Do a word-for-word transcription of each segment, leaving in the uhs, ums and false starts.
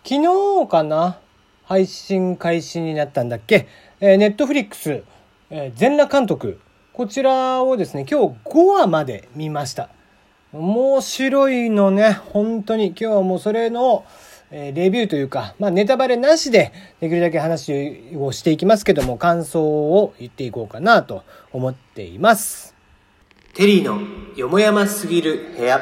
昨日かな配信開始になったんだっけ、えー、ネットフリックス、えー、全裸監督、こちらをですね今日ごわまで見ました。面白いのね、本当に今日はもうそれの、えー、レビューというか、まあ、ネタバレなしでできるだけ話をしていきますけども、感想を言っていこうかなと思っています。テリーのよもやますぎる部屋。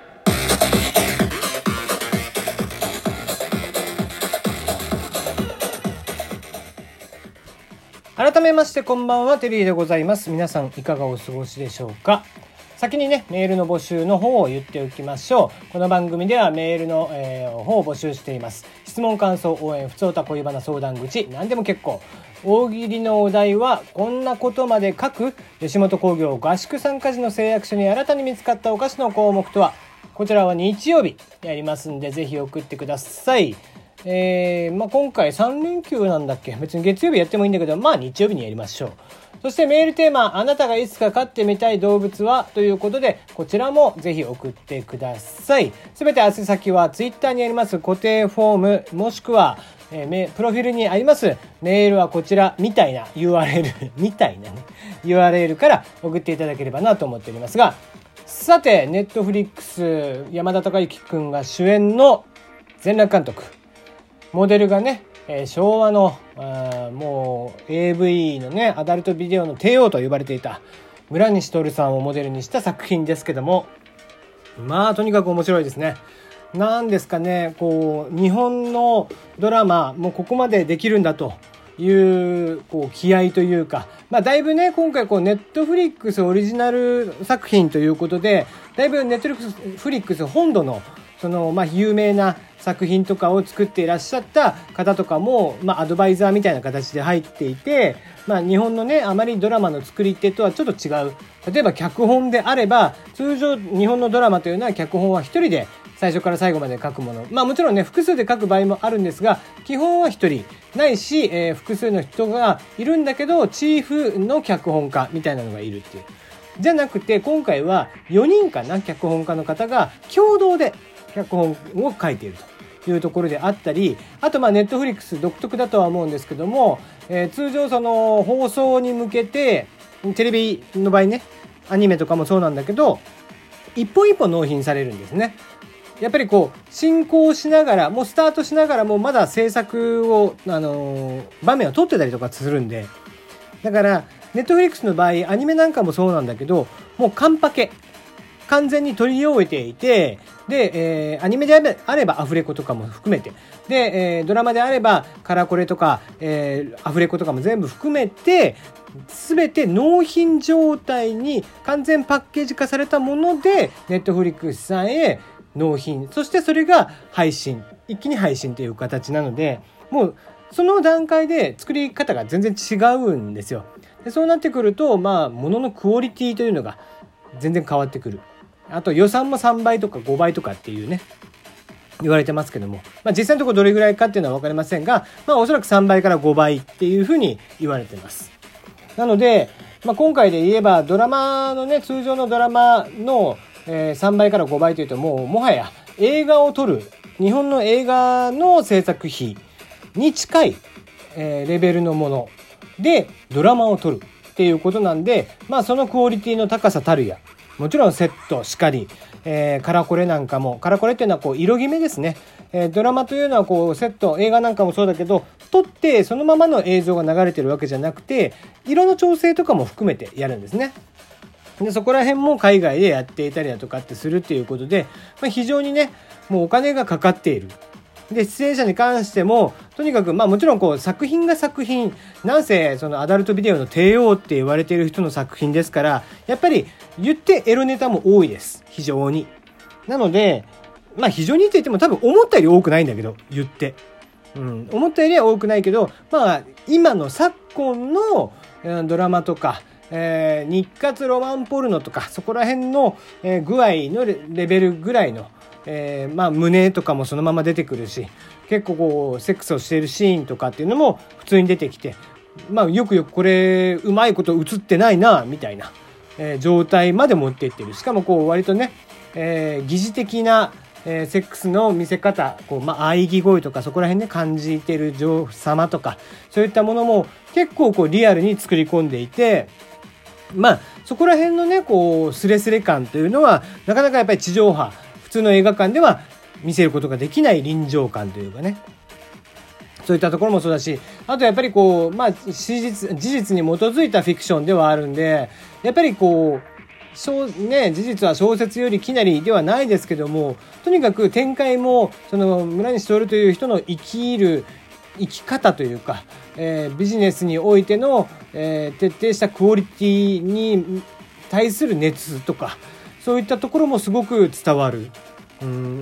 改めましてこんばんは、テリーでございます。皆さんいかがお過ごしでしょうか。先にねメールの募集の方を言っておきましょう。この番組ではメールの、えー、方を募集しています。質問、感想、応援、ふつおた、恋バナ、相談口、何でも結構。大喜利のお題はこんなことまで書く、吉本興業合宿参加時の誓約書に新たに見つかったお菓子の項目とは。こちらは日曜日やりますんで、ぜひ送ってください。えーまあ、今回さん連休なんだっけ、別に月曜日やってもいいんだけど、まあ日曜日にやりましょう。そしてメールテーマ、あなたがいつか飼ってみたい動物はということで、こちらもぜひ送ってください。すべて宛先はツイッターにあります固定フォーム、もしくは、えー、プロフィールにありますメールはこちらみたいな ユーアールエル みたいなね ユーアールエル から送っていただければなと思っておりますが、さてネットフリックス山田孝之くんが主演の全裸監督、モデルがね、えー、昭和のあもう エーブイ のねアダルトビデオの帝王と呼ばれていた村西徹さんをモデルにした作品ですけども、まあとにかく面白いですね。なんですかね、こう日本のドラマもうここまでできるんだというこう気合というか、まあだいぶね今回こうネットフリックスオリジナル作品ということで、だいぶネットフリックス本土のそのまあ有名な作品とかを作っていらっしゃった方とかも、まあ、アドバイザーみたいな形で入っていて、まあ、日本のねあまりドラマの作り手とはちょっと違う。例えば脚本であれば、通常日本のドラマというのは脚本は一人で最初から最後まで書くもの、まあもちろんね複数で書く場合もあるんですが、基本は一人ないし、えー、複数の人がいるんだけどチーフの脚本家みたいなのがいるっていう。じゃなくて今回はよにんかな、脚本家の方が共同で脚本を書いているというところであったり、あとまあネットフリックス独特だとは思うんですけども、えー、通常その放送に向けてテレビの場合ね、アニメとかもそうなんだけど一本一本納品されるんですね。やっぱりこう進行しながら、もうスタートしながらもまだ制作をあのー、場面を撮ってたりとかするんで、だからネットフリックスの場合アニメなんかもそうなんだけど、もうカンパケ完全に撮り終えていて、で、えー、アニメであればアフレコとかも含めて、で、えー、ドラマであればカラコレとか、えー、アフレコとかも全部含めて、全て納品状態に完全パッケージ化されたものでネットフリックスさんへ納品、そしてそれが配信、一気に配信という形なので、もうその段階で作り方が全然違うんですよ。でそうなってくると、まあ物のクオリティというのが全然変わってくる。あと予算もさんばいとかごばいとかっていうね言われてますけども、まあ、実際のところどれぐらいかっていうのは分かりませんが、まあおそらくさんばいからごばいっていうふうに言われてます。なので、まあ、今回で言えばドラマのね、通常のドラマの、えー、さんばいからごばいというと、もうもはや映画を撮る日本の映画の制作費に近い、えー、レベルのものでドラマを撮るっていうことなんで、まあそのクオリティの高さたるや、もちろんセットしかり、えー、カラコレなんかも、カラコレっていうのはこう色決めですね、えー、ドラマというのはこうセット、映画なんかもそうだけど撮ってそのままの映像が流れてるわけじゃなくて、色の調整とかも含めてやるんですね。でそこら辺も海外でやっていたりだとかってするっていうことで、まあ、非常にねもうお金がかかっている。で出演者に関してもとにかく、まあもちろんこう作品が作品、なんせそのアダルトビデオの帝王って言われている人の作品ですから、やっぱり言ってエロネタも多いです、非常に。なのでまあ非常にって言っても多分思ったより多くないんだけど、言って、うん、思ったよりは多くないけど、まあ今の昨今のドラマとか、えー、日活ロマンポルノとかそこら辺の、えー、具合のレベルぐらいの、えー、まあ胸とかもそのまま出てくるし、結構こうセックスをしているシーンとかっていうのも普通に出てきて、まあよくよくこれうまいこと映ってないなみたいな、えー、状態まで持っていってる。しかもこう割とね、えー、疑似的なえー、セックスの見せ方、こう、まあ、喘ぎ声とかそこら辺で感じてる様とか、そういったものも結構こうリアルに作り込んでいて、まあそこら辺のねこうスレスレ感というのはなかなかやっぱり地上波普通の映画館では見せることができない臨場感というかね、そういったところもそうだし、あとやっぱりこうまあ事実事実に基づいたフィクションではあるんで、やっぱりこう小ね事実は小説よりきなりではないですけども、とにかく展開もその村西徹という人の生きる生き方というか、えー、ビジネスにおいての、えー、徹底したクオリティに対する熱とか、そういったところもすごく伝わる。うん、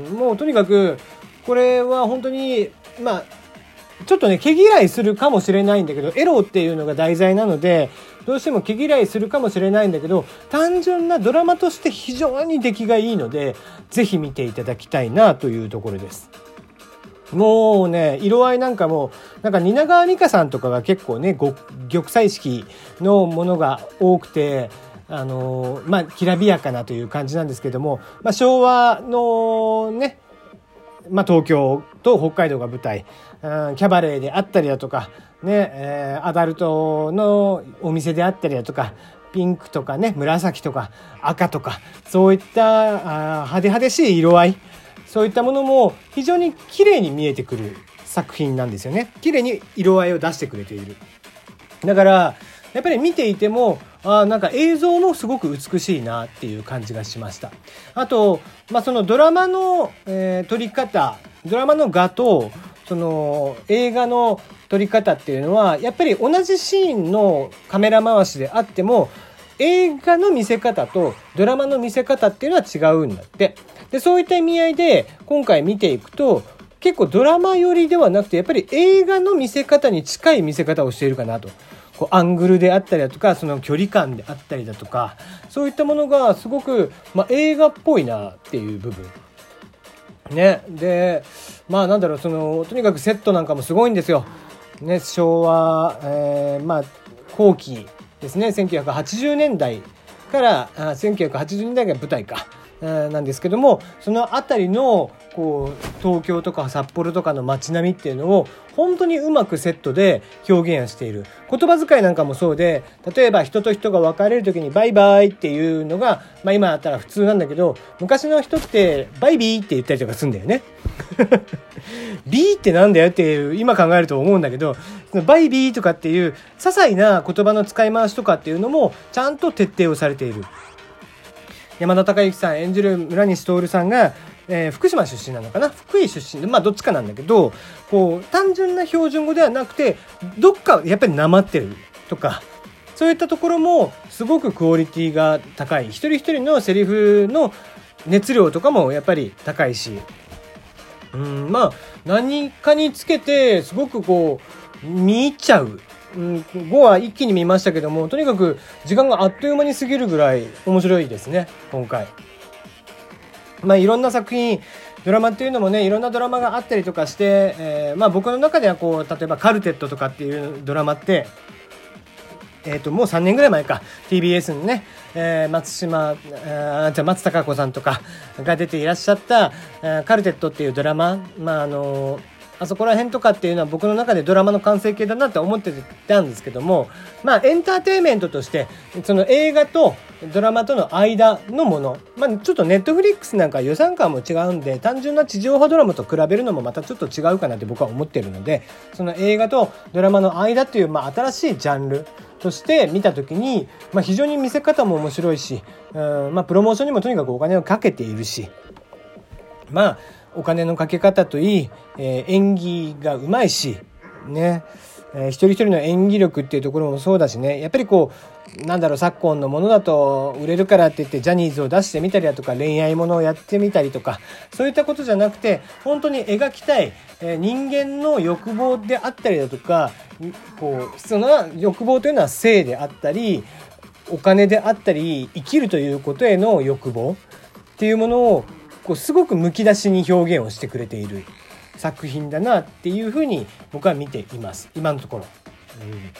もうとにかくこれは本当にまあちょっとね毛嫌いするかもしれないんだけど、エロっていうのが題材なのでどうしても毛嫌いするかもしれないんだけど、単純なドラマとして非常に出来がいいので、ぜひ見ていただきたいなというところです。もうね色合いなんかもなんか蜷川実花さんとかが結構ね玉砕式のものが多くて、あのー、まあきらびやかなという感じなんですけども、まあ、昭和のね、まあ、東京と北海道が舞台、うん、キャバレーであったりだとかね、えー、アダルトのお店であったりだとか、ピンクとかね紫とか赤とか、そういったあ派手派手しい色合い、そういったものも非常に綺麗に見えてくる作品なんですよね。綺麗に色合いを出してくれている。だからやっぱり見ていてもあなんか映像もすごく美しいなっていう感じがしました。あと、まあ、そのドラマの、えー、撮り方、ドラマの画とその映画の撮り方っていうのはやっぱり同じシーンのカメラ回しであっても映画の見せ方とドラマの見せ方っていうのは違うんだって。でそういった意味合いで今回見ていくと結構ドラマ寄りではなくてやっぱり映画の見せ方に近い見せ方をしているかなと。こうアングルであったりだとかその距離感であったりだとか、そういったものがすごく、まあ、映画っぽいなっていう部分ね。でまあなんだろう、そのとにかくセットなんかもすごいんですよね。昭和、えー、まあ後期ですね、せんきゅうひゃくはちじゅうねんだいからあせんきゅうひゃくはちじゅうねんだいが舞台かなんですけども、そのあたりのこう東京とか札幌とかの街並みっていうのを本当にうまくセットで表現している。言葉遣いなんかもそうで、例えば人と人が別れる時にバイバイっていうのが、まあ、今だったら普通なんだけど、昔の人ってバイビーって言ったりとかするんだよねビーってなんだよっていう今考えると思うんだけど、そのバイビーとかっていう些細な言葉の使い回しとかっていうのもちゃんと徹底をされている。山田孝之さん演じる村西徹さんが、えー、福島出身なのかな、福井出身で、まあどっちかなんだけど、こう単純な標準語ではなくてどっかやっぱりなまってるとか、そういったところもすごくクオリティが高い。一人一人のセリフの熱量とかもやっぱり高いし、うん、まあ何かにつけてすごくこう見入っちゃう。うん、ごわ一気に見ましたけども、とにかく時間があっという間に過ぎるぐらい面白いですね今回。まあいろんな作品、ドラマっていうのもねいろんなドラマがあったりとかして、えー、まあ僕の中ではこう例えばカルテットとかっていうドラマってえー、ともうさんねんぐらい前か ティービーエス のね、えー、松島あじゃ松たか子さんとかが出ていらっしゃった、えー、カルテットっていうドラマ、まああのー、あそこら辺とかっていうのは僕の中でドラマの完成形だなって思ってたんですけども、まあエンターテインメントとしてその映画とドラマとの間のもの、まあちょっとネットフリックスなんか予算感も違うんで単純な地上波ドラマと比べるのもまたちょっと違うかなって僕は思ってるので、その映画とドラマの間っていうまあ新しいジャンルとして見たときに、まあ、非常に見せ方も面白いし、うんまあ、プロモーションにもとにかくお金をかけているし、まあお金のかけ方といい、えー、演技がうまいしね、えー、一人一人の演技力っていうところもそうだしね、やっぱりこうなんだろう昨今のものだと売れるからって言ってジャニーズを出してみたりだとか恋愛ものをやってみたりとかそういったことじゃなくて本当に描きたい、えー、人間の欲望であったりだとか、こうその欲望というのは性であったりお金であったり生きるということへの欲望っていうものをこうすごくむき出しに表現をしてくれている作品だなっていうふうに僕は見ています今のところ、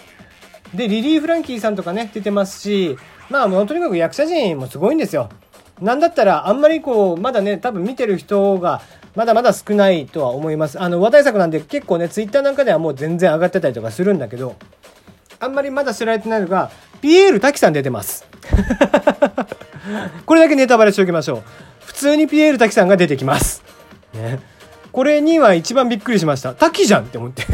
うん、でリリー・フランキーさんとかね出てますし、まあもうとにかく役者陣もすごいんですよ。 なんだったらあんまりこうまだね多分見てる人がまだまだ少ないとは思います。あの話題作なんで結構ねツイッターなんかではもう全然上がってたりとかするんだけど、あんまりまだ知られてないのがピエール滝さん出てますこれだけネタバレしておきましょう。普通にピエール滝さんが出てきます、ね、これには一番びっくりしました。滝じゃんって思って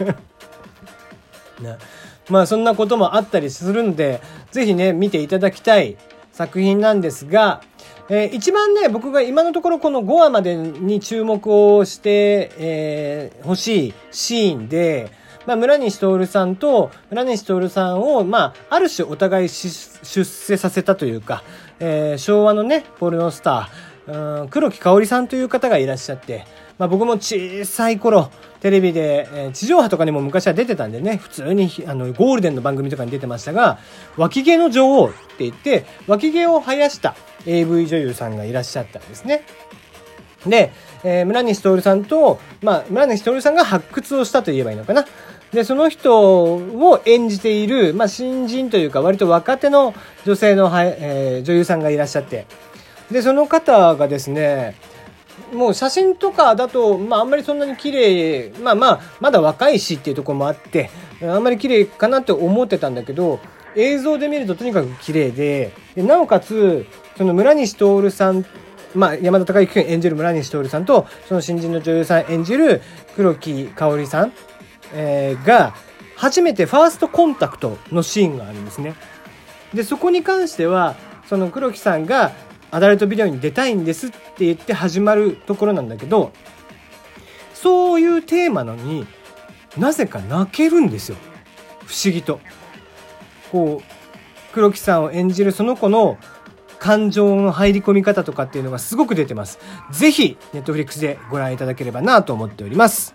ね、まあそんなこともあったりするんでぜひね見ていただきたい作品なんですが、えー、一番ね僕が今のところこのごわまでに注目をしてほ、えー、しいシーンで、まあ、村西徹さんと村西徹さんを、まあ、ある種お互い出世させたというか、えー、昭和のねポルノスター、うん、黒木かおりさんという方がいらっしゃって、まあ、僕も小さい頃テレビで、えー、地上波とかにも昔は出てたんでね、普通にあのゴールデンの番組とかに出てましたが、脇毛の女王って言って脇毛を生やした エーブイ 女優さんがいらっしゃったんですね。で、えー、村西徹さんと、まあ、村西徹さんが発掘をしたと言えばいいのかな。で、その人を演じている、まあ、新人というか割と若手の女性の、えー、女優さんがいらっしゃって、で、その方がですね、もう写真とかだと、まあ、あんまりそんなに綺麗、まあまあまだ若いしっていうところもあってあんまり綺麗かなって思ってたんだけど、映像で見るととにかく綺麗で、でなおかつその村西徹さん、まあ、山田孝之君演じる村西徹さんとその新人の女優さん演じる黒木かおりさん、えー、が初めてファーストコンタクトのシーンがあるんですね。でそこに関してはその黒木さんがアダルトビデオに出たいんですって言って始まるところなんだけど、そういうテーマなのになぜか泣けるんですよ。不思議とこう黒木さんを演じるその子の感情の入り込み方とかっていうのがすごく出てます。ぜひネットフリックスでご覧いただければなと思っております。